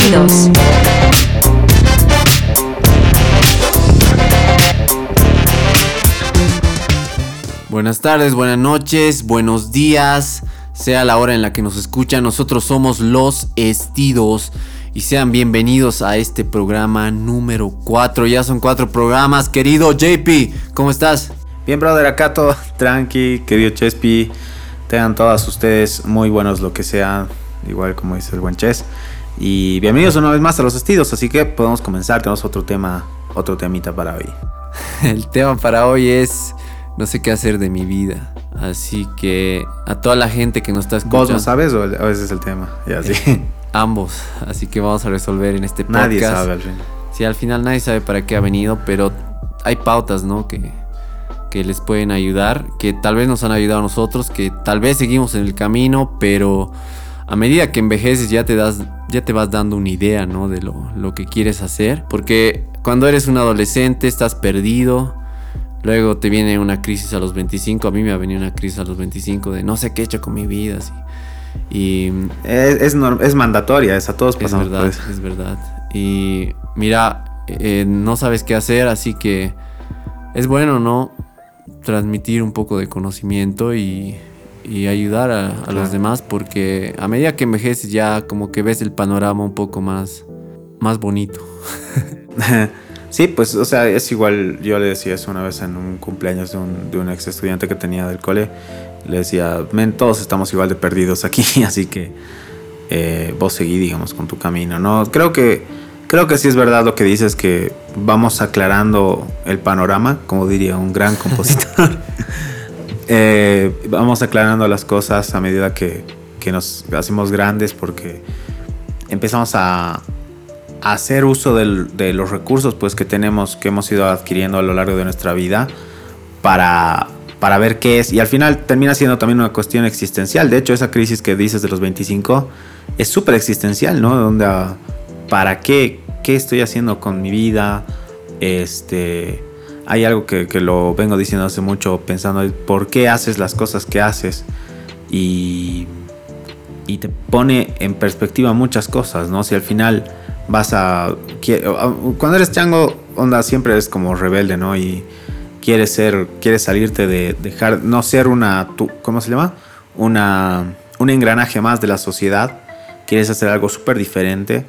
Estidos. Buenas tardes, buenas noches, buenos días, sea la hora en la que nos escuchan. Nosotros somos Los Estidos y sean bienvenidos a este programa número 4. Ya son 4 programas, querido JP, ¿cómo estás? Bien, brother, acá todo tranqui, querido Chespi. Tengan todas ustedes muy buenos lo que sea, igual como dice el buen Ches. Y bienvenidos una vez más a Los Estidos, así que podemos comenzar. Tenemos otro temita para hoy. El tema para hoy es: no sé qué hacer de mi vida. Así que a toda la gente que nos está escuchando. ¿Vos no sabes o ese es el tema? Ya, sí. Ambos. Así que vamos a resolver en este podcast. Nadie sabe al fin. Sí, al final nadie sabe para qué ha venido, pero hay pautas, ¿no? Que les pueden ayudar, que tal vez nos han ayudado a nosotros, que tal vez seguimos en el camino, pero a medida que envejeces ya te vas dando una idea, ¿no? De lo que quieres hacer. Porque cuando eres un adolescente estás perdido. Luego te viene una crisis a los 25. A mí me ha venido una crisis a los 25 de no sé qué he hecho con mi vida. Así. Y es mandatoria, a todos pasamos por eso. Es verdad. Y mira, no sabes qué hacer, así que es bueno, ¿no? Transmitir un poco de conocimiento y ayudar a los demás, porque a medida que envejeces ya como que ves el panorama un poco más bonito. Sí, pues, o sea, es igual. Yo le decía eso una vez en un cumpleaños de un ex estudiante que tenía del cole. Le decía, men, todos estamos igual de perdidos aquí, así que vos seguí, digamos, con tu camino, ¿no? Creo que sí es verdad lo que dices, que vamos aclarando el panorama, como diría un gran compositor. Vamos aclarando las cosas a medida que nos hacemos grandes, porque empezamos a hacer uso de los recursos, pues, que hemos ido adquiriendo a lo largo de nuestra vida para ver qué es, y al final termina siendo también una cuestión existencial. De hecho, esa crisis que dices de los 25 es súper existencial, ¿no? Donde ¿para qué estoy haciendo con mi vida? Hay algo que lo vengo diciendo hace mucho, pensando por qué haces las cosas que haces, y te pone en perspectiva muchas cosas, ¿no? Si al final cuando eres chango, onda, siempre eres como rebelde, ¿no? Y quieres salirte de dejar, no ser ¿cómo se llama? Un engranaje más de la sociedad. Quieres hacer algo súper diferente.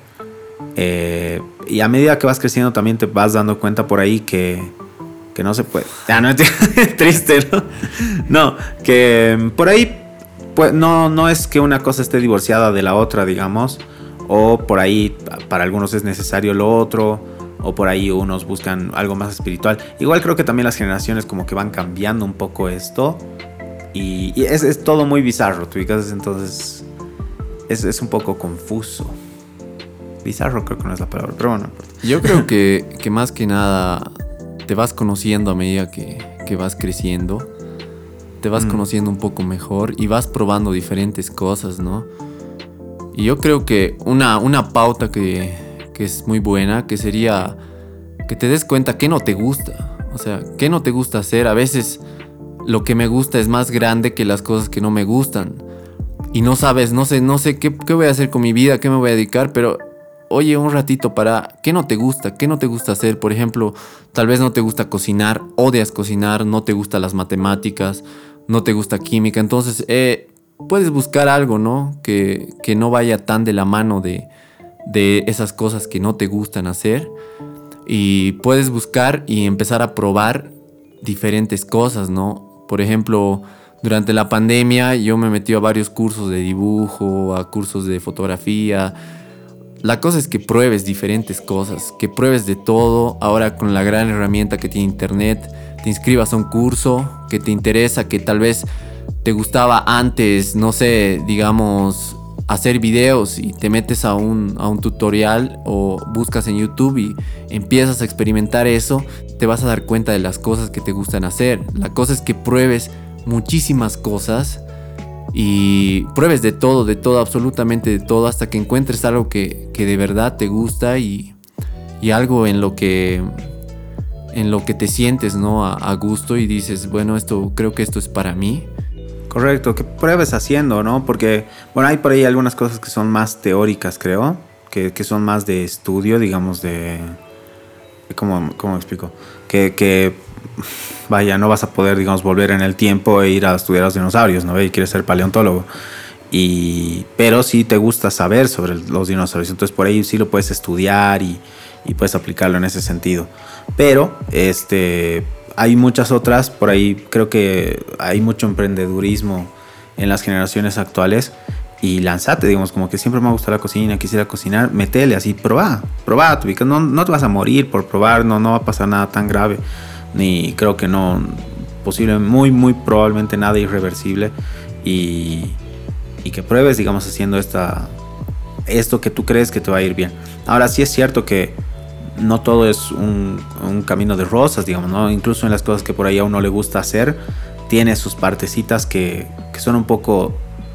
Y a medida que vas creciendo también te vas dando cuenta por ahí que no se puede. No, es triste, ¿no? No, que por ahí pues, no es que una cosa esté divorciada de la otra, digamos. O por ahí para algunos es necesario lo otro, o por ahí unos buscan algo más espiritual. Igual creo que también las generaciones como que van cambiando un poco esto, y es todo muy bizarro, ¿tú ubicas? Entonces es un poco confuso. Bizarro creo que no es la palabra, pero bueno. Yo creo que más que nada te vas conociendo a medida que vas creciendo. Te vas conociendo un poco mejor y vas probando diferentes cosas, ¿no? Y yo creo que una pauta que es muy buena, que sería que te des cuenta qué no te gusta. O sea, qué no te gusta hacer. A veces lo que me gusta es más grande que las cosas que no me gustan. Y no sabes, no sé qué voy a hacer con mi vida, qué me voy a dedicar, pero oye, un ratito para ¿qué no te gusta? ¿Qué no te gusta hacer? Por ejemplo, tal vez no te gusta cocinar, odias cocinar, no te gustan las matemáticas, no te gusta química. Entonces, puedes buscar algo, ¿no? Que no vaya tan de la mano de esas cosas que no te gustan hacer. Y puedes buscar y empezar a probar diferentes cosas, ¿no? Por ejemplo, durante la pandemia yo me metí a varios cursos de dibujo, a cursos de fotografía. La cosa es que pruebes diferentes cosas, que pruebes de todo. Ahora con la gran herramienta que tiene internet, te inscribas a un curso que te interesa, que tal vez te gustaba antes, no sé, digamos, hacer videos, y te metes a un tutorial o buscas en YouTube y empiezas a experimentar eso. Te vas a dar cuenta de las cosas que te gustan hacer. La cosa es que pruebes muchísimas cosas y pruebes de todo, absolutamente de todo, hasta que encuentres algo que de verdad te gusta y algo en lo que te sientes, ¿no? a gusto, y dices, bueno, creo que esto es para mí. Correcto, que pruebes haciendo, ¿no? Porque, bueno, hay por ahí algunas cosas que son más teóricas, creo, que son más de estudio, digamos, ¿cómo explico? Que vaya, no vas a poder, digamos, volver en el tiempo e ir a estudiar a los dinosaurios, ¿no? Y quieres ser paleontólogo. Pero sí te gusta saber sobre los dinosaurios. Entonces por ahí sí lo puedes estudiar y puedes aplicarlo en ese sentido. Pero hay muchas otras. Por ahí creo que hay mucho emprendedurismo en las generaciones actuales. Y lanzate, digamos, como que siempre me ha gustado la cocina, quisiera cocinar, metele así, probá, no te vas a morir por probar, no va a pasar nada tan grave, ni creo que no, muy probablemente nada irreversible, y que pruebes, digamos, haciendo esto que tú crees que te va a ir bien. Ahora sí es cierto que no todo es un camino de rosas, digamos, ¿no? Incluso en las cosas que por ahí a uno le gusta hacer, tiene sus partecitas que son un poco...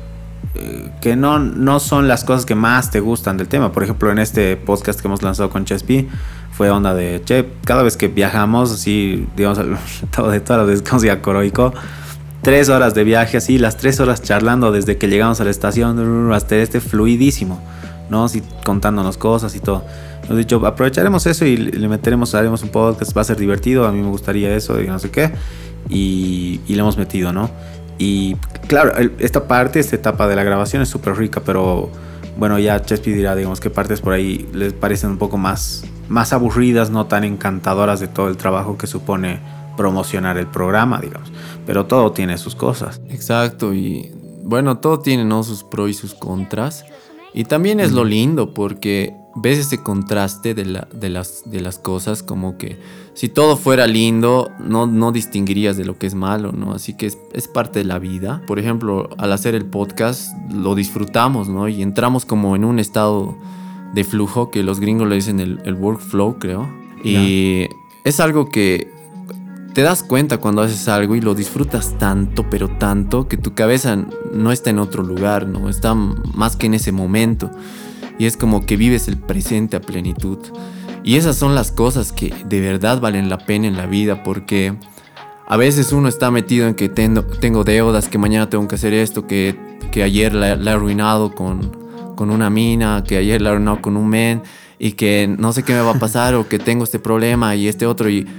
que no son las cosas que más te gustan del tema. Por ejemplo, en este podcast que hemos lanzado con Chespi, fue onda de, cada vez que viajamos, así, digamos, de todas las veces que vamos a ir a Coroico, 3 horas de viaje, así, las 3 horas charlando desde que llegamos a la estación hasta fluidísimo, ¿no? Así, contándonos cosas y todo. Hemos dicho, aprovecharemos eso y haremos un podcast, va a ser divertido, a mí me gustaría eso y no sé qué, y le hemos metido, ¿no? Y claro, esta etapa de la grabación es súper rica, pero bueno, ya Chespi dirá, digamos, qué partes por ahí les parecen un poco más aburridas, no tan encantadoras de todo el trabajo que supone promocionar el programa, digamos. Pero todo tiene sus cosas. Exacto, y bueno, todo tiene, ¿no?, sus pros y sus contras. Y también es lo lindo porque ves ese contraste de las cosas, como que si todo fuera lindo, no distinguirías de lo que es malo, ¿no? Así que es parte de la vida. Por ejemplo, al hacer el podcast lo disfrutamos, ¿no? Y entramos como en un estado de flujo, que los gringos le dicen el workflow, creo. Y es algo que te das cuenta cuando haces algo y lo disfrutas tanto, pero tanto, que tu cabeza no está en otro lugar, ¿no? Está más que en ese momento. Y es como que vives el presente a plenitud. Y esas son las cosas que de verdad valen la pena en la vida, porque a veces uno está metido en que tengo deudas, que mañana tengo que hacer esto, que ayer la he arruinado con una mina, que ayer la he arruinado con un men, y que no sé qué me va a pasar, o que tengo este problema y este otro. Y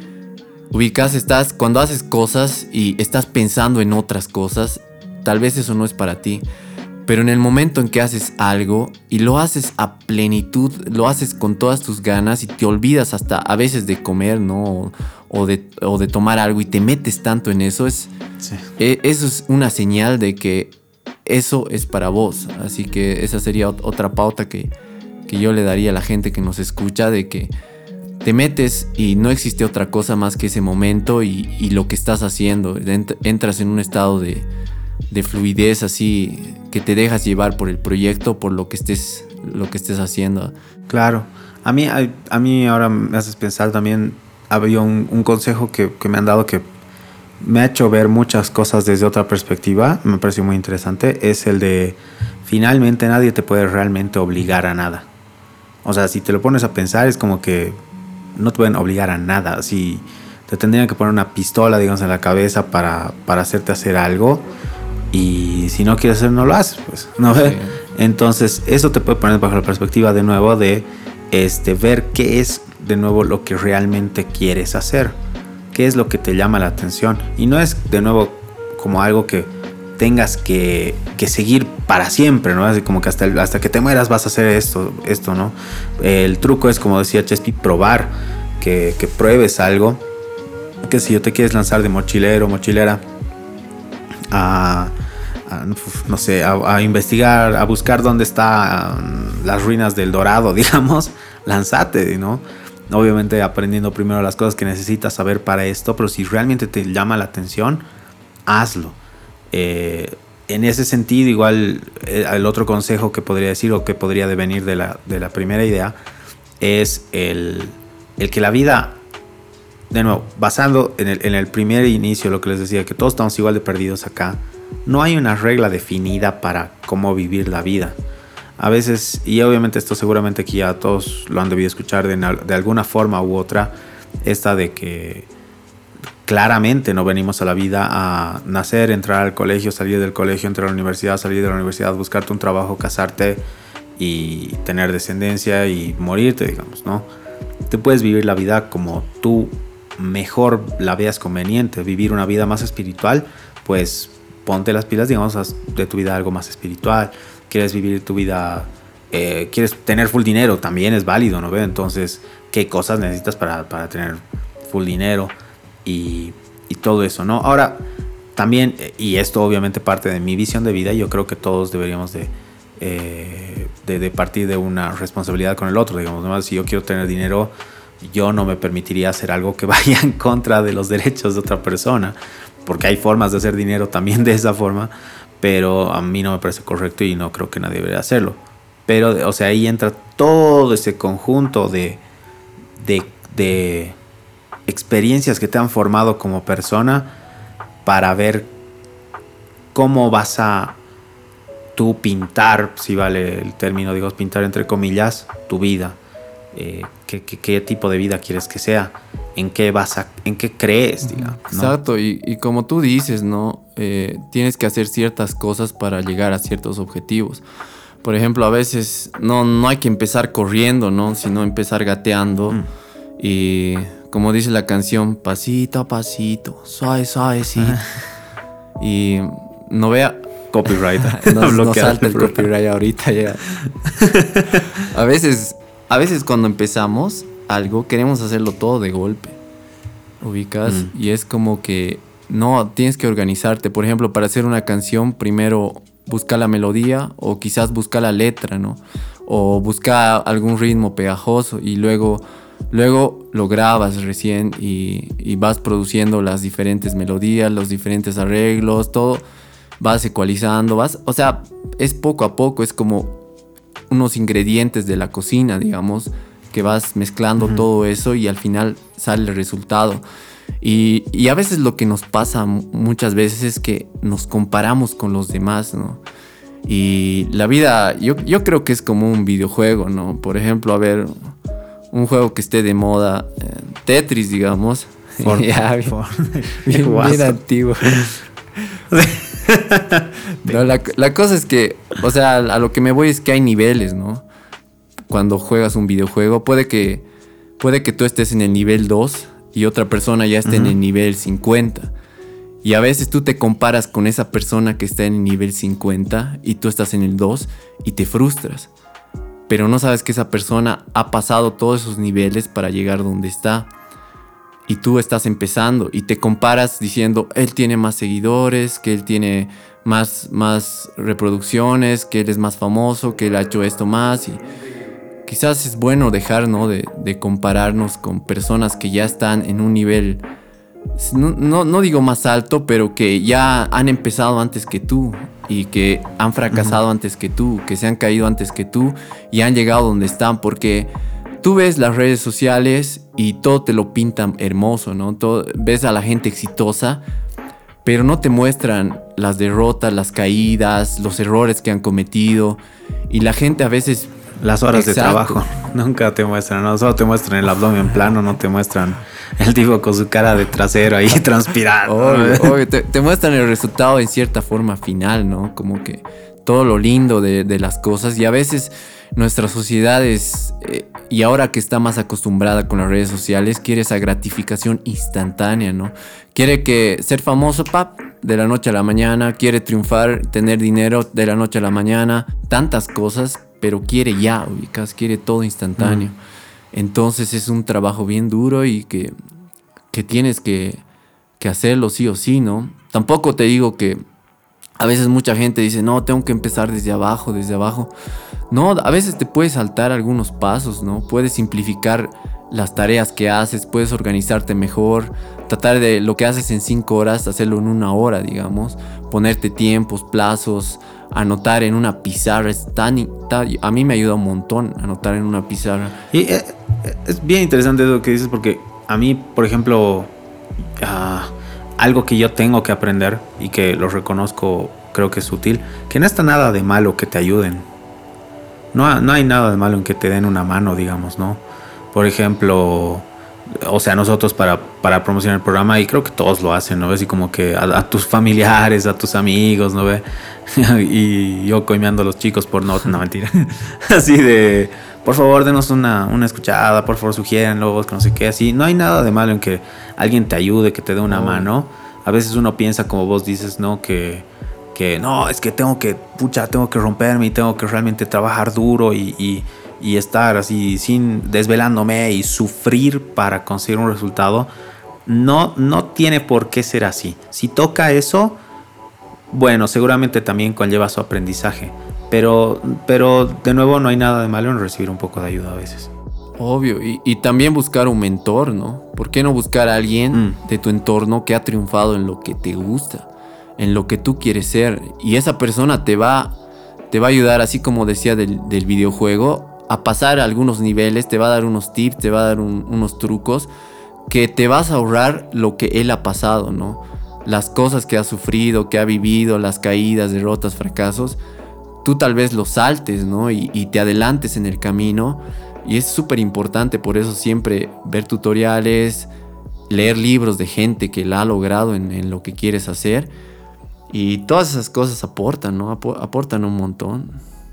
cuando haces cosas y estás pensando en otras cosas, tal vez eso no es para ti. Pero en el momento en que haces algo y lo haces a plenitud, lo haces con todas tus ganas y te olvidas hasta a veces de comer, ¿no? O de tomar algo y te metes tanto en eso, eso es una señal de que eso es para vos. Así que esa sería otra pauta que yo le daría a la gente que nos escucha, de que te metes y no existe otra cosa más que ese momento y lo que estás haciendo. Entras en un estado de fluidez, así, que te dejas llevar por el proyecto, por lo que estés haciendo. Claro. A mí ahora me haces pensar también, había un consejo que me han dado que me ha hecho ver muchas cosas desde otra perspectiva, me pareció muy interesante, es el de, finalmente nadie te puede realmente obligar a nada. O sea, si te lo pones a pensar, es como que no te pueden obligar a nada. Si te tendrían que poner una pistola, digamos, en la cabeza para hacerte hacer algo, y si no quieres hacer, no lo haces, pues, ¿no? Sí. Entonces eso te puede poner bajo la perspectiva de nuevo de ver qué es de nuevo lo que realmente quieres hacer, qué es lo que te llama la atención, y no es de nuevo como algo que tengas que seguir para siempre, ¿no? Así como que hasta que te mueras vas a hacer esto, ¿no? El truco es, como decía Chespi, probar, que pruebes algo, que si te quieres lanzar de mochilero, mochilera no sé, a investigar, a buscar dónde están las ruinas del Dorado, digamos, lánzate, ¿no? Obviamente aprendiendo primero las cosas que necesitas saber para esto, pero si realmente te llama la atención, hazlo. En ese sentido, igual, el otro consejo que podría decir, o que podría devenir de la primera idea, es el que la vida, de nuevo, basando en el primer inicio, lo que les decía, que todos estamos igual de perdidos acá. No hay una regla definida para cómo vivir la vida. A veces, y obviamente esto seguramente aquí ya todos lo han debido escuchar de alguna forma u otra, esta de que claramente no venimos a la vida a nacer, entrar al colegio, salir del colegio, entrar a la universidad, salir de la universidad, buscarte un trabajo, casarte y tener descendencia y morirte, digamos, ¿no? Tú puedes vivir la vida como tú mejor la veas conveniente, vivir una vida más espiritual, pues ponte las pilas, digamos, haz de tu vida algo más espiritual. Quieres vivir tu vida, quieres tener full dinero, también es válido, ¿no ve? Entonces, ¿qué cosas necesitas para tener full dinero y todo eso, ¿no? Ahora, también, y esto obviamente parte de mi visión de vida, yo creo que todos deberíamos de partir de una responsabilidad con el otro, digamos, ¿no? Si yo quiero tener dinero, yo no me permitiría hacer algo que vaya en contra de los derechos de otra persona, porque hay formas de hacer dinero también de esa forma, pero a mí no me parece correcto y no creo que nadie debería hacerlo. Pero, o sea, ahí entra todo ese conjunto de experiencias que te han formado como persona para ver cómo vas a tú pintar, si vale el término, digo, pintar entre comillas, tu vida. ¿Qué tipo de vida quieres que sea? ¿En qué crees, digamos, ¿no? Exacto, y como tú dices, ¿no? Tienes que hacer ciertas cosas para llegar a ciertos objetivos. Por ejemplo, a veces no hay que empezar corriendo, ¿no? Sino empezar gateando. Y como dice la canción, pasito a pasito, suave, suavecito. Y no vea... Copyright. No salta el copyright ahorita ya. A veces cuando empezamos algo, queremos hacerlo todo de golpe. ¿Ubicas? Y es como que no, tienes que organizarte. Por ejemplo, para hacer una canción, primero busca la melodía o quizás busca la letra, ¿no? O busca algún ritmo pegajoso y luego lo grabas recién y vas produciendo las diferentes melodías, los diferentes arreglos, todo. Vas ecualizando, o sea, es poco a poco, es como unos ingredientes de la cocina, digamos, que vas mezclando todo eso y al final sale el resultado. Y a veces lo que nos pasa muchas veces es que nos comparamos con los demás, ¿no? Y la vida, yo creo que es como un videojuego, ¿no? Por ejemplo, a ver, un juego que esté de moda, Tetris, digamos. Bien antiguo. No, la cosa es que, o sea, a lo que me voy es que hay niveles, ¿no? Cuando juegas un videojuego, puede que tú estés en el nivel 2 y otra persona ya esté en el nivel 50. Y a veces tú te comparas con esa persona que está en el nivel 50 y tú estás en el 2 y te frustras. Pero no sabes que esa persona ha pasado todos esos niveles para llegar donde está. Y tú estás empezando y te comparas diciendo, él tiene más seguidores, que él tiene más reproducciones, que él es más famoso, que él ha hecho esto más. Y quizás es bueno dejar, ¿no? de compararnos con personas que ya están en un nivel, no digo más alto, pero que ya han empezado antes que tú y que han fracasado antes que tú, que se han caído antes que tú y han llegado donde están, porque tú ves las redes sociales y todo te lo pintan hermoso, ¿no? Ves a la gente exitosa, pero no te muestran las derrotas, las caídas, los errores que han cometido. Y la gente a veces... Las horas de trabajo nunca te muestran, no solo te muestran el abdomen plano, no te muestran el tipo con su cara de trasero ahí transpirando. Obvio, te muestran el resultado en cierta forma final, ¿no? Como que todo lo lindo de las cosas. Y a veces nuestra sociedad es, y ahora que está más acostumbrada con las redes sociales, quiere esa gratificación instantánea, ¿no? Quiere que ser famoso, de la noche a la mañana, quiere triunfar, tener dinero de la noche a la mañana, tantas cosas, pero quiere ya, ubicas, quiere todo instantáneo. Entonces es un trabajo bien duro y que tienes que hacerlo sí o sí, ¿no? Tampoco te digo que a veces mucha gente dice, no, tengo que empezar desde abajo. No, a veces te puedes saltar algunos pasos, ¿no? Puedes simplificar las tareas que haces, puedes organizarte mejor, tratar de lo que haces en 5 horas, hacerlo en 1 hora, digamos, ponerte tiempos, plazos, anotar en una pizarra. A mí me ayuda un montón anotar en una pizarra. Y es bien interesante lo que dices, porque a mí, por ejemplo, algo que yo tengo que aprender y que lo reconozco, creo que es útil, que no está nada de malo que te ayuden. No hay nada de malo en que te den una mano, digamos, ¿no? Por ejemplo, o sea, nosotros para promocionar el programa, y creo que todos lo hacen, ¿no ves? Y como que a tus familiares, a tus amigos, ¿no ves? Y yo coimeando a los chicos por no mentira. Así de, por favor, denos una escuchada, por favor, sugiéranlo, que no sé qué, así. No hay nada de malo en que alguien te ayude, que te dé una mano. A veces uno piensa, como vos dices, ¿no? Que no, es que tengo que romperme y tengo que realmente trabajar duro y estar así sin desvelándome y sufrir para conseguir un resultado. No tiene por qué ser así. Si toca eso, bueno, seguramente también conlleva su aprendizaje. Pero de nuevo no hay nada de malo en recibir un poco de ayuda a veces. Obvio, y también buscar un mentor, ¿no? ¿Por qué no buscar a alguien de tu entorno que ha triunfado en lo que te gusta, en lo que tú quieres ser? Y esa persona te va a ayudar, así como decía del videojuego, a pasar algunos niveles, te va a dar unos tips, te va a dar unos trucos que te vas a ahorrar lo que él ha pasado, ¿no? Las cosas que ha sufrido, que ha vivido, las caídas, derrotas, fracasos, tú tal vez los saltes, ¿no? Y te adelantes en el camino. Y es súper importante, por eso siempre ver tutoriales, leer libros de gente que la ha logrado en lo que quieres hacer. Y todas esas cosas aportan, ¿no? Aportan un montón.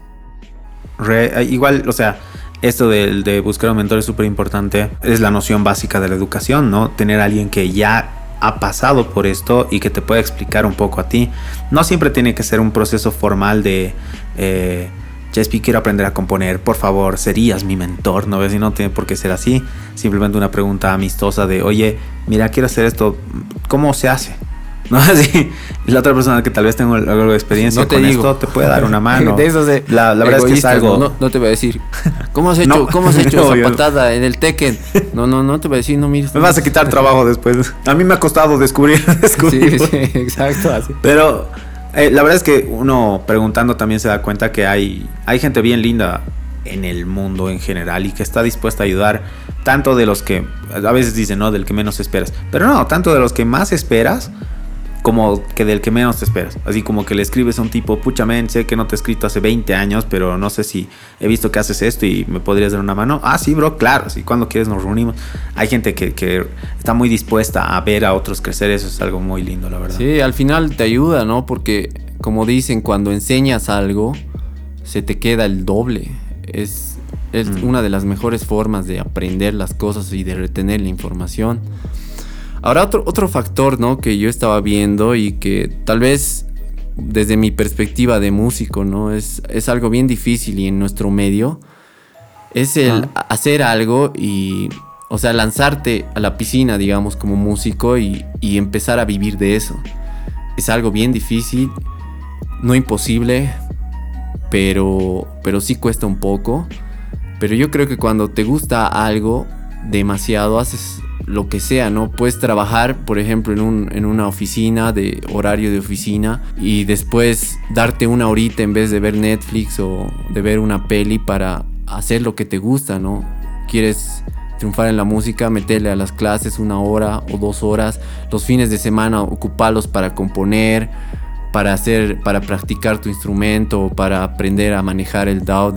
Igual, o sea, esto de buscar un mentor es súper importante. Es la noción básica de la educación, ¿no? Tener a alguien que ya ha pasado por esto y que te pueda explicar un poco a ti. No siempre tiene que ser un proceso formal de... Chespi, quiero aprender a componer, por favor, serías mi mentor, ¿no ves? Y no tiene por qué ser así. Simplemente una pregunta amistosa de, oye, mira, quiero hacer esto, ¿cómo se hace? ¿No? Así, la otra persona que tal vez tenga algo de experiencia no con esto te puede dar una mano. De eso la verdad es que es algo... No te voy a decir, ¿cómo has hecho, esa patada en el Tekken? No te voy a decir, no mires. Me vas a quitar trabajo después. A mí me ha costado descubrir. Sí, exacto, así. Pero... la verdad es que uno preguntando también se da cuenta que hay gente bien linda en el mundo en general y que está dispuesta a ayudar, tanto de los que a veces dicen, ¿no? Del que menos esperas, pero no, tanto de los que más esperas como que del que menos te esperas. Así como que le escribes a un tipo, pucha men, sé que no te he escrito hace 20 años, pero no sé si he visto que haces esto y me podrías dar una mano. Ah, sí, bro, claro, sí, cuando quieres nos reunimos. Hay gente que está muy dispuesta a ver a otros crecer, eso es algo muy lindo, la verdad. Sí, al final te ayuda, ¿no? Porque, como dicen, cuando enseñas algo, se te queda el doble. Es una de las mejores formas de aprender las cosas y de retener la información. Ahora, otro factor, ¿no? Que yo estaba viendo y que tal vez desde mi perspectiva de músico, ¿no? Es algo bien difícil y en nuestro medio es el hacer algo y, o sea, lanzarte a la piscina, digamos, como músico y empezar a vivir de eso. Es algo bien difícil, no imposible, pero sí cuesta un poco. Pero yo creo que cuando te gusta algo demasiado, haces lo que sea, ¿no? Puedes trabajar, por ejemplo, en una oficina, de horario de oficina, y después darte una horita en vez de ver Netflix o de ver una peli para hacer lo que te gusta, ¿no? Quieres triunfar en la música, meterle a las clases 1 hora o 2 horas, los fines de semana ocuparlos para componer, para practicar tu instrumento, para aprender a manejar el DAW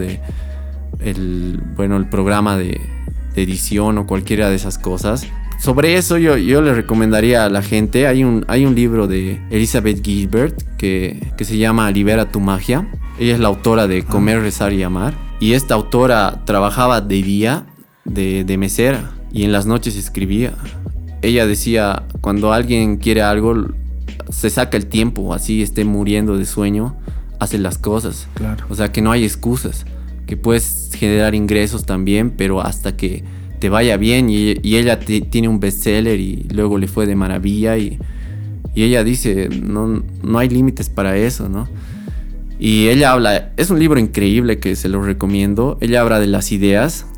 el programa de edición o cualquiera de esas cosas. Sobre eso yo le recomendaría a la gente, hay un libro de Elizabeth Gilbert que se llama Libera tu magia. Ella es la autora de Comer, Rezar y Amar, y esta autora trabajaba de día de mesera y en las noches escribía. Ella decía, cuando alguien quiere algo, se saca el tiempo, así esté muriendo de sueño, hace las cosas. Claro. O sea, que no hay excusas, que puedes generar ingresos también, pero hasta que te vaya bien. Y ella tiene un bestseller y luego le fue de maravilla y ella dice, no hay límites para eso, ¿no? Y ella habla, es un libro increíble que se lo recomiendo. Ella habla de las ideas,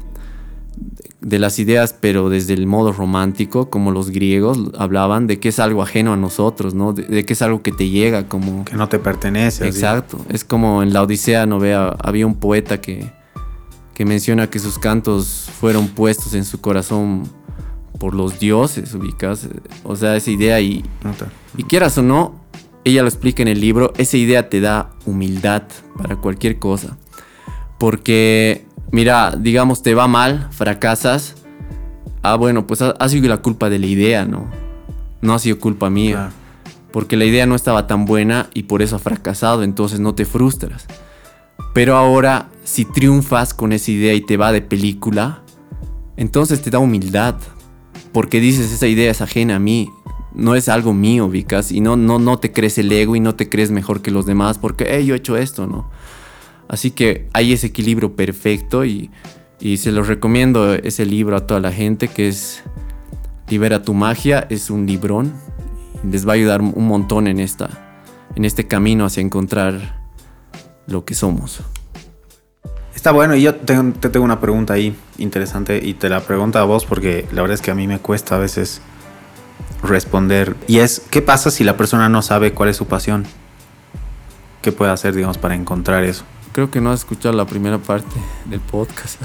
pero desde el modo romántico, como los griegos hablaban de que es algo ajeno a nosotros, ¿no? De que es algo que te llega, como que no te pertenece. Exacto. Así. Es como en la Odisea, ¿no? Había un poeta que menciona que sus cantos fueron puestos en su corazón por los dioses, ubicas. O sea, esa idea y quieras o no, ella lo explica en el libro, esa idea te da humildad para cualquier cosa. Porque, mira, digamos, te va mal, fracasas, bueno, pues ha sido la culpa de la idea, ¿no? No ha sido culpa mía. Claro. Porque la idea no estaba tan buena y por eso ha fracasado, entonces no te frustras. Pero ahora, si triunfas con esa idea y te va de película, entonces te da humildad. Porque dices, esa idea es ajena a mí, no es algo mío, Vicas. Y no te crees el ego y no te crees mejor que los demás porque, yo he hecho esto, ¿no? Así que hay ese equilibrio perfecto y se los recomiendo ese libro a toda la gente, que es Libera tu magia. Es un librón. Les va a ayudar un montón en este camino hacia encontrar lo que somos. Está bueno, y yo te tengo una pregunta ahí interesante y te la pregunto a vos porque la verdad es que a mí me cuesta a veces responder. Y es, ¿qué pasa si la persona no sabe cuál es su pasión? ¿Qué puede hacer, digamos, para encontrar eso? Creo que no has escuchado la primera parte del podcast.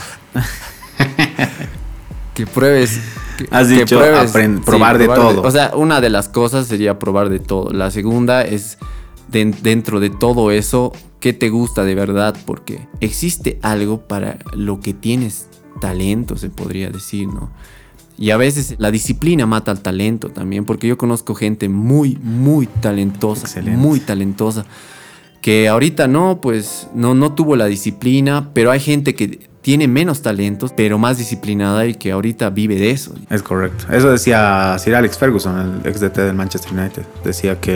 Que pruebes. Has dicho probar de todo. O sea, una de las cosas sería probar de todo. La segunda es dentro de todo eso, ¿qué te gusta de verdad? Porque existe algo para lo que tienes talento, se podría decir, ¿no? Y a veces la disciplina mata al talento también, porque yo conozco gente muy, muy talentosa. Excelente. Muy talentosa, que ahorita no tuvo la disciplina, pero hay gente que tiene menos talentos, pero más disciplinada y que ahorita vive de eso. Es correcto. Eso decía Sir Alex Ferguson, el ex DT del Manchester United. Decía que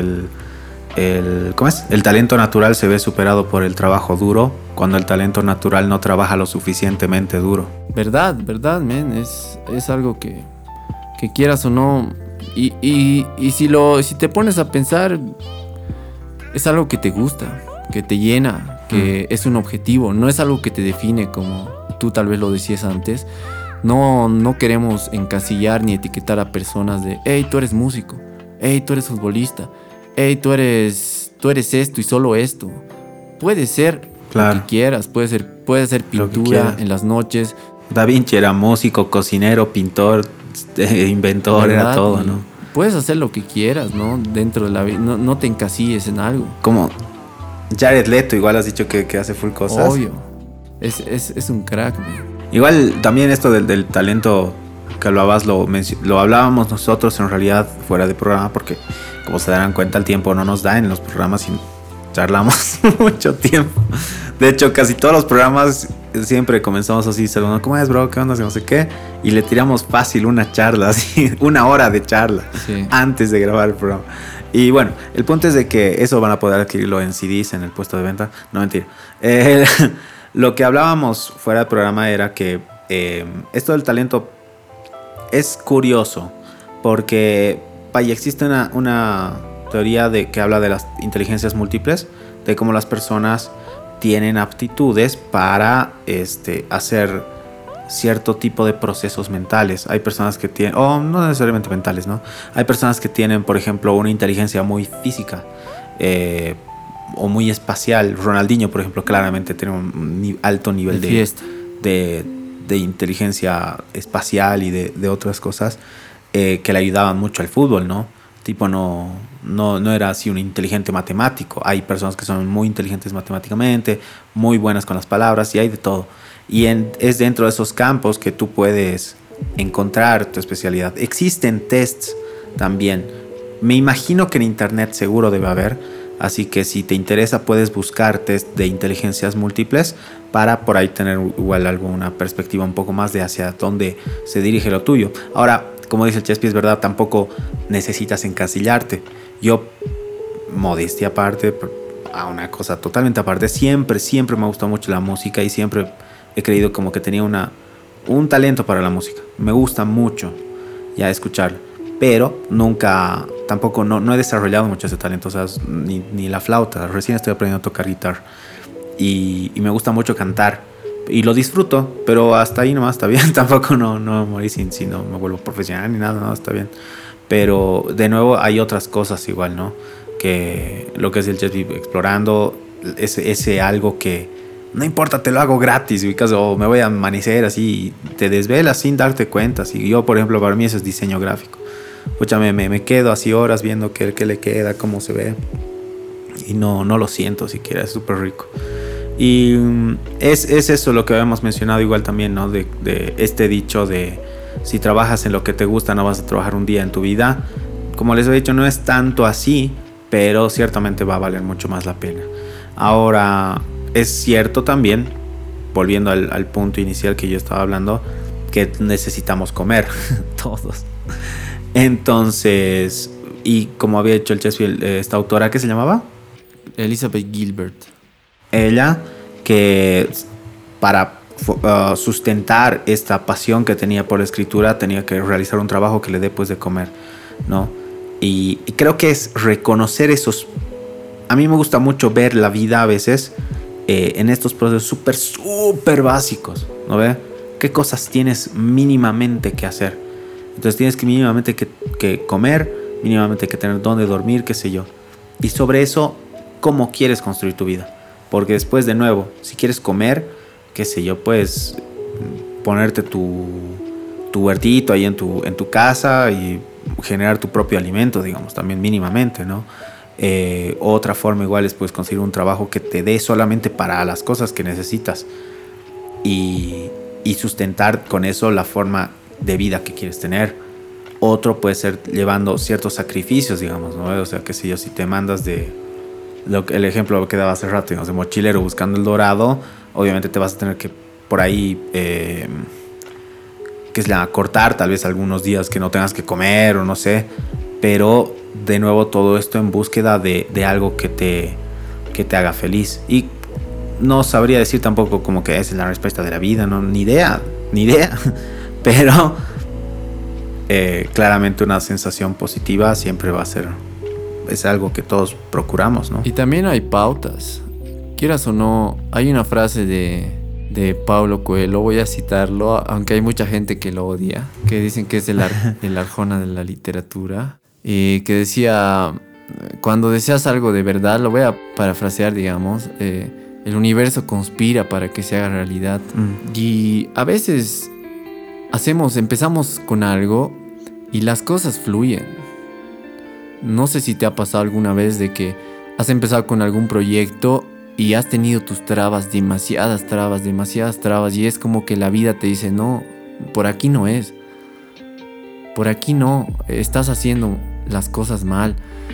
el talento natural se ve superado por el trabajo duro cuando el talento natural no trabaja lo suficientemente duro. Verdad, men. Es algo que quieras o no. Y si te pones a pensar, es algo que te gusta, que te llena, que es un objetivo. No es algo que te define, como tú tal vez lo decías antes. No queremos encasillar ni etiquetar a personas de, hey, tú eres músico, hey, tú eres futbolista, hey, tú eres esto y solo esto. Puede ser lo que quieras, puede ser pintura en las noches. Da Vinci era músico, cocinero, pintor, inventor, ¿verdad? Era todo, ¿no? Puedes hacer lo que quieras, ¿no? Dentro de la vida, no te encasilles en algo. Como Jared Leto, igual has dicho que hace full cosas. Obvio. Es un crack, man. Igual también esto del talento que hablabas, lo hablábamos nosotros en realidad fuera de programa, porque como se darán cuenta el tiempo no nos da en los programas y charlamos mucho tiempo. De hecho, casi todos los programas siempre comenzamos así, saludando, ¿cómo es, bro? ¿Qué onda? No sé qué. Y le tiramos fácil una charla, así, 1 hora de charla, sí, antes de grabar el programa. Y bueno, el punto es de que eso van a poder adquirirlo en CDs, en el puesto de venta. No, mentira. Lo que hablábamos fuera del programa era que esto del talento es curioso, porque existe una teoría que habla de las inteligencias múltiples, de cómo las personas tienen aptitudes para hacer cierto tipo de procesos mentales. Hay personas que tienen, o no necesariamente mentales, ¿no? Hay personas que tienen, por ejemplo, una inteligencia muy física o muy espacial. Ronaldinho, por ejemplo, claramente tiene un alto nivel de inteligencia espacial y de otras cosas que le ayudaban mucho al fútbol, ¿no? Tipo, no era así un inteligente matemático. Hay personas que son muy inteligentes matemáticamente, muy buenas con las palabras, y hay de todo. Y es dentro de esos campos que tú puedes encontrar tu especialidad. Existen tests también. Me imagino que en internet seguro debe haber. Así que si te interesa puedes buscar test de inteligencias múltiples para por ahí tener igual alguna perspectiva un poco más de hacia dónde se dirige lo tuyo. Ahora, como dice el Chespi, es verdad, tampoco necesitas encasillarte. Yo, modestia aparte, a una cosa totalmente aparte, siempre me ha gustado mucho la música y siempre he creído como que tenía un talento para la música. Me gusta mucho ya escucharlo, pero tampoco no he desarrollado mucho ese talento, o sea, ni la flauta. Recién estoy aprendiendo a tocar guitarra y me gusta mucho cantar y lo disfruto, pero hasta ahí nomás está bien. Tampoco no me morí si no me vuelvo profesional ni nada, no, está bien. Pero de nuevo hay otras cosas igual, ¿no? Que lo que es el Chespi explorando ese algo que no importa, te lo hago gratis, o me voy a amanecer así y te desvelas sin darte cuenta. Y yo, por ejemplo, para mí eso es diseño gráfico. Pucha, me quedo así horas viendo qué le queda, cómo se ve, y no lo siento siquiera, es súper rico. Y es eso lo que habíamos mencionado igual también, ¿no? De este dicho de Si trabajas en lo que te gusta, no vas a trabajar un día en tu vida. Como les he dicho, no es tanto así, pero ciertamente va a valer mucho más la pena. Ahora, es cierto también, volviendo al punto inicial que yo estaba hablando, que necesitamos comer, todos. Entonces, y como había hecho el Chespi, esta autora, ¿qué se llamaba? Elizabeth Gilbert. Ella, que para sustentar esta pasión que tenía por la escritura, tenía que realizar un trabajo que le dé pues de comer, ¿no? Y creo que es reconocer esos... A mí me gusta mucho ver la vida a veces en estos procesos súper básicos, ¿no ve? ¿Qué cosas tienes mínimamente que hacer? Entonces tienes que mínimamente que comer, mínimamente que tener dónde dormir, qué sé yo. Y sobre eso, ¿cómo quieres construir tu vida? Porque después, de nuevo, si quieres comer, qué sé yo, puedes ponerte tu huertito ahí en tu casa y generar tu propio alimento, digamos, también mínimamente, ¿no? Otra forma igual es pues conseguir un trabajo que te dé solamente para las cosas que necesitas y sustentar con eso la forma de vida que quieres tener. Otro puede ser llevando ciertos sacrificios, digamos, ¿no? O sea, qué sé yo, si te mandas el ejemplo que daba hace rato, digamos, de mochilero buscando el dorado, obviamente te vas a tener que por ahí cortar tal vez algunos días que no tengas que comer o no sé, pero de nuevo todo esto en búsqueda de algo que te haga feliz. Y no sabría decir tampoco como que esa es la respuesta de la vida, no, ni idea, pero claramente una sensación positiva siempre va a ser, es algo que todos procuramos, ¿no? Y también hay pautas, quieras o no. Hay una frase de Paulo Coelho, voy a citarlo, aunque hay mucha gente que lo odia, que dicen que es el Arjona de la literatura, y que decía, cuando deseas algo de verdad, lo voy a parafrasear, digamos, el universo conspira para que se haga realidad. Y a veces empezamos con algo y las cosas fluyen. No sé si te ha pasado alguna vez de que has empezado con algún proyecto y has tenido tus trabas, demasiadas trabas, y es como que la vida te dice, no, por aquí no es. Por aquí no, estás haciendo las cosas mal.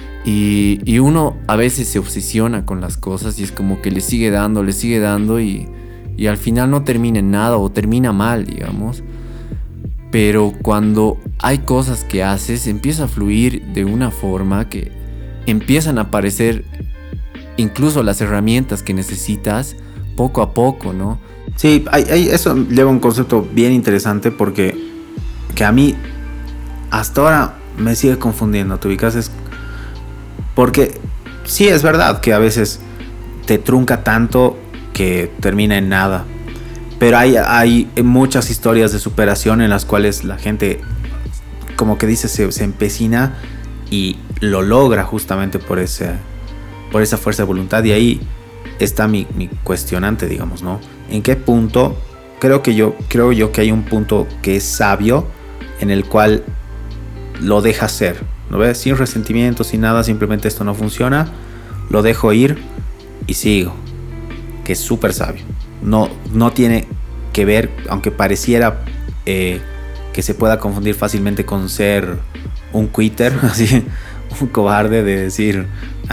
Y uno a veces se obsesiona con las cosas y es como que le sigue dando y al final no termina en nada o termina mal, digamos. Pero cuando hay cosas que haces, empieza a fluir de una forma que empiezan a aparecer incluso las herramientas que necesitas poco a poco, ¿no? Sí, eso lleva un concepto bien interesante porque que a mí hasta ahora me sigue confundiendo, ¿te ubicas? Es porque sí es verdad que a veces te trunca tanto que termina en nada, pero hay muchas historias de superación en las cuales la gente, como que dice, se empecina y lo logra justamente por esa fuerza de voluntad. Y ahí está mi cuestionante, digamos, ¿no? ¿En qué punto? Creo yo que hay un punto que es sabio en el cual lo deja ser, ¿no ves? Sin resentimiento, sin nada, simplemente esto no funciona, lo dejo ir y sigo, que es súper sabio. No tiene que ver, aunque pareciera que se pueda confundir fácilmente con ser un quitter, así, un cobarde de decir,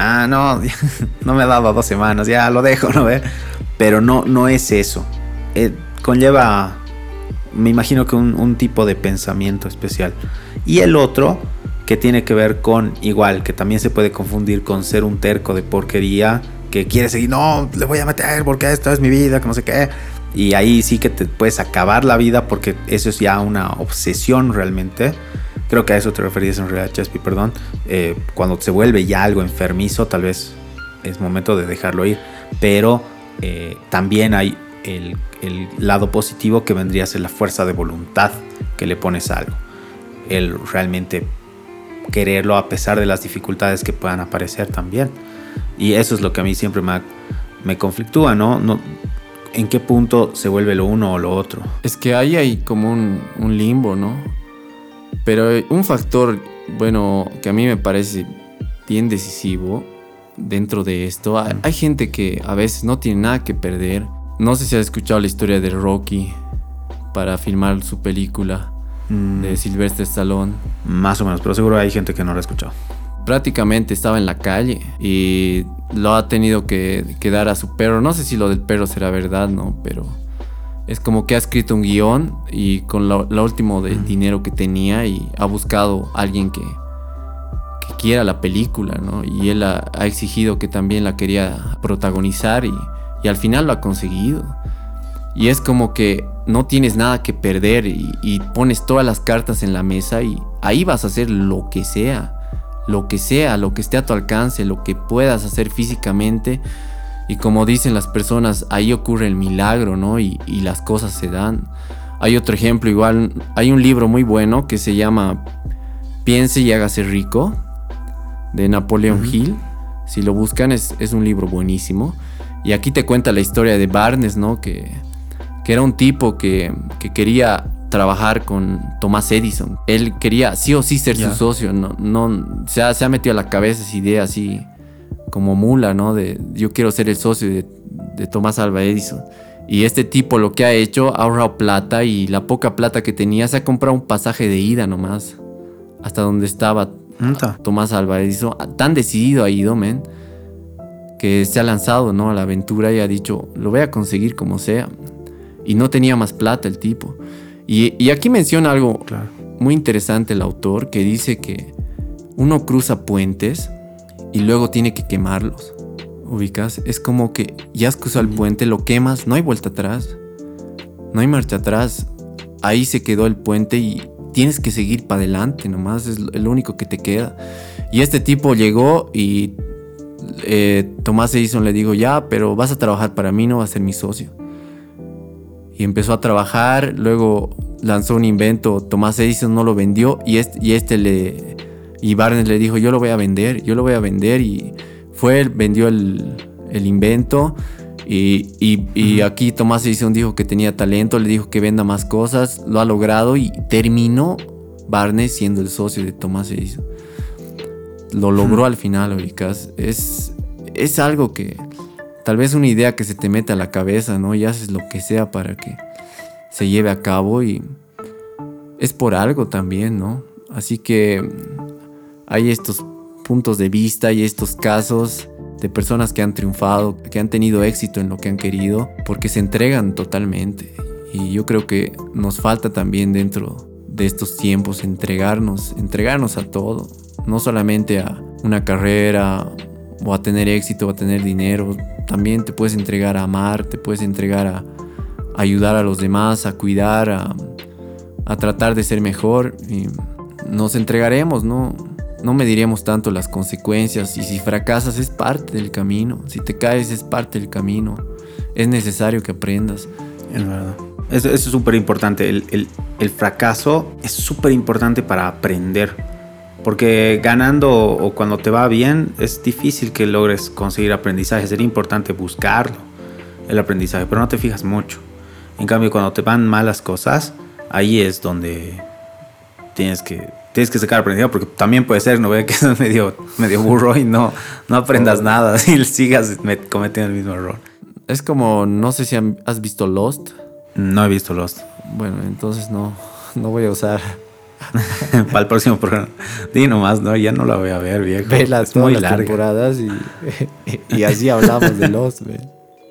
no me ha dado 2 semanas, ya lo dejo, ¿no ve? Pero no es eso. Conlleva, me imagino que un tipo de pensamiento especial. Y el otro, que tiene que ver con, igual, que también se puede confundir con ser un terco de porquería, que quiere seguir, no, le voy a meter porque esto es mi vida, que no sé qué. Y ahí sí que te puedes acabar la vida porque eso es ya una obsesión realmente. Creo que a eso te referías en realidad, Chespi, perdón. Cuando se vuelve ya algo enfermizo, tal vez es momento de dejarlo ir. Pero también hay el lado positivo, que vendría a ser la fuerza de voluntad que le pones a algo. El realmente quererlo a pesar de las dificultades que puedan aparecer también. Y eso es lo que a mí siempre me conflictúa, ¿no? ¿En qué punto se vuelve lo uno o lo otro? Es que ahí hay como un limbo, ¿no? Pero un factor, bueno, que a mí me parece bien decisivo dentro de esto, hay gente que a veces no tiene nada que perder. No sé si has escuchado la historia de Rocky para filmar su película. de Sylvester Stallone. Más o menos, pero seguro hay gente que no lo ha escuchado. Prácticamente estaba en la calle y lo ha tenido que dar a su perro. No sé si lo del perro será verdad, ¿no? Pero es como que ha escrito un guión y con lo último de dinero que tenía, y ha buscado a alguien que quiera la película, ¿no? Y él ha exigido que también la quería protagonizar y al final lo ha conseguido. Y es como que no tienes nada que perder y pones todas las cartas en la mesa y ahí vas a hacer lo que sea, lo que esté a tu alcance, lo que puedas hacer físicamente. Y como dicen las personas, ahí ocurre el milagro, ¿no? Y las cosas se dan. Hay otro ejemplo igual, hay un libro muy bueno que se llama Piense y hágase rico, de Napoleon Hill. Si lo buscan, es un libro buenísimo. Y aquí te cuenta la historia de Barnes, ¿no? Que era un tipo que quería trabajar con Thomas Edison. Él quería sí o sí ser su socio. No, se ha metido a la cabeza esa idea así como mula, ¿no? De yo quiero ser el socio de Thomas Alva Edison. Y este tipo lo que ha hecho, ha ahorrado plata, y la poca plata que tenía se ha comprado un pasaje de ida nomás hasta donde estaba Thomas Alva Edison. Tan decidido ha ido, men, que se ha lanzado, ¿no?, a la aventura y ha dicho, lo voy a conseguir como sea. Y no tenía más plata el tipo. Y aquí menciona algo muy interesante el autor, que dice que uno cruza puentes y luego tiene que quemarlos. ¿Ubicas? Es como que ya has cruzado el puente, lo quemas, no hay vuelta atrás. No hay marcha atrás. Ahí se quedó el puente y tienes que seguir para adelante nomás, es lo único que te queda. Y este tipo llegó y Thomas Edison le dijo, ya, pero vas a trabajar para mí, no vas a ser mi socio. Y empezó a trabajar, luego lanzó un invento, Thomas Edison no lo vendió y Barnes le dijo, yo lo voy a vender, y vendió el invento. Y aquí Thomas Edison dijo que tenía talento, le dijo que venda más cosas, lo ha logrado y terminó Barnes siendo el socio de Thomas Edison. Lo logró al final, ubicas. Es algo que, tal vez una idea que se te mete a la cabeza, ¿no? Y haces lo que sea para que se lleve a cabo, y es por algo también, ¿no? Así que hay estos puntos de vista y estos casos de personas que han triunfado, que han tenido éxito en lo que han querido, porque se entregan totalmente. Y yo creo que nos falta también dentro de estos tiempos entregarnos a todo, no solamente a una carrera o a tener éxito o a tener dinero. También te puedes entregar a amar, te puedes entregar a ayudar a los demás, a cuidar, a tratar de ser mejor, y nos entregaremos, ¿no? No mediremos tanto las consecuencias, y si fracasas es parte del camino, si te caes es parte del camino, es necesario que aprendas. Es verdad. Eso es súper importante. El fracaso es súper importante para aprender, porque ganando o cuando te va bien es difícil que logres conseguir aprendizaje. Sería importante buscarlo, el aprendizaje, pero no te fijas mucho. En cambio, cuando te van mal las cosas, ahí es donde tienes que sacar aprendizaje, porque también puede ser, no ve que es medio burro y no aprendas nada y sigas cometiendo el mismo error. Es como, no sé si has visto Lost. No he visto Lost. Bueno, entonces no voy a usar. Para el próximo programa. Di nomás, no, ya no la voy a ver, viejo. Vela es todas muy las larga. Temporadas y así hablamos de Lost, man.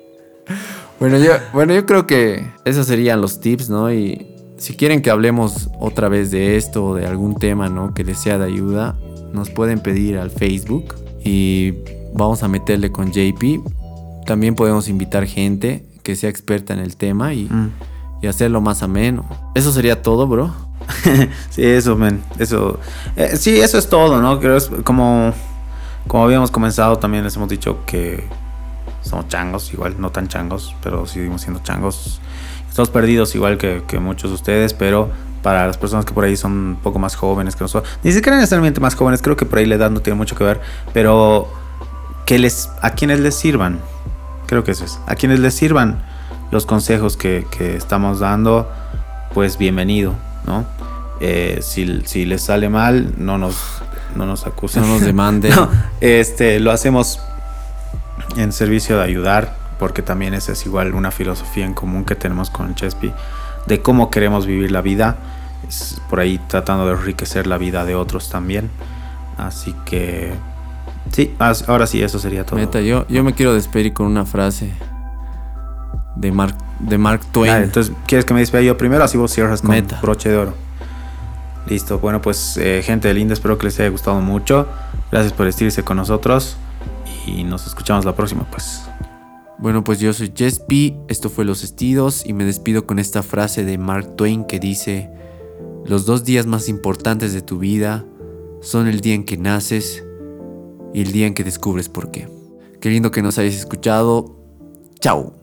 Bueno, yo creo que esos serían los tips, ¿no? Y si quieren que hablemos otra vez de esto o de algún tema, ¿no?, que les sea de ayuda, nos pueden pedir al Facebook y vamos a meterle con JP. También podemos invitar gente que sea experta en el tema y hacerlo más ameno. Eso sería todo, bro. Sí, eso, man. Eso, sí, eso es todo, ¿no? Creo que es como habíamos comenzado, también les hemos dicho que somos changos, igual no tan changos, pero seguimos siendo changos. Estamos perdidos igual que muchos de ustedes, pero para las personas que por ahí son un poco más jóvenes que nosotros, ni siquiera necesariamente más jóvenes, creo que por ahí la edad no tiene mucho que ver, pero a quienes les sirvan, creo que eso es, a quienes les sirvan los consejos que estamos dando, pues bienvenido, ¿no? Si les sale mal, no nos acusen, no nos demanden. No, lo hacemos en servicio de ayudar, porque también esa es igual una filosofía en común que tenemos con Chespi, de cómo queremos vivir la vida. es por ahí tratando de enriquecer la vida de otros también. Así que sí, ahora sí, eso sería todo. Meta, yo me quiero despedir con una frase de Mark Twain. Dale, entonces, ¿quieres que me despida yo primero? Así vos cierras con Meta. broche de oro. Listo, bueno pues gente linda, espero que les haya gustado mucho. Gracias por estirse con nosotros y nos escuchamos la próxima pues. Bueno, pues yo soy Jess P, esto fue Los Estidos y me despido con esta frase de Mark Twain que dice: los 2 días más importantes de tu vida son el día en que naces y el día en que descubres por qué. Qué lindo que nos hayáis escuchado. Chao.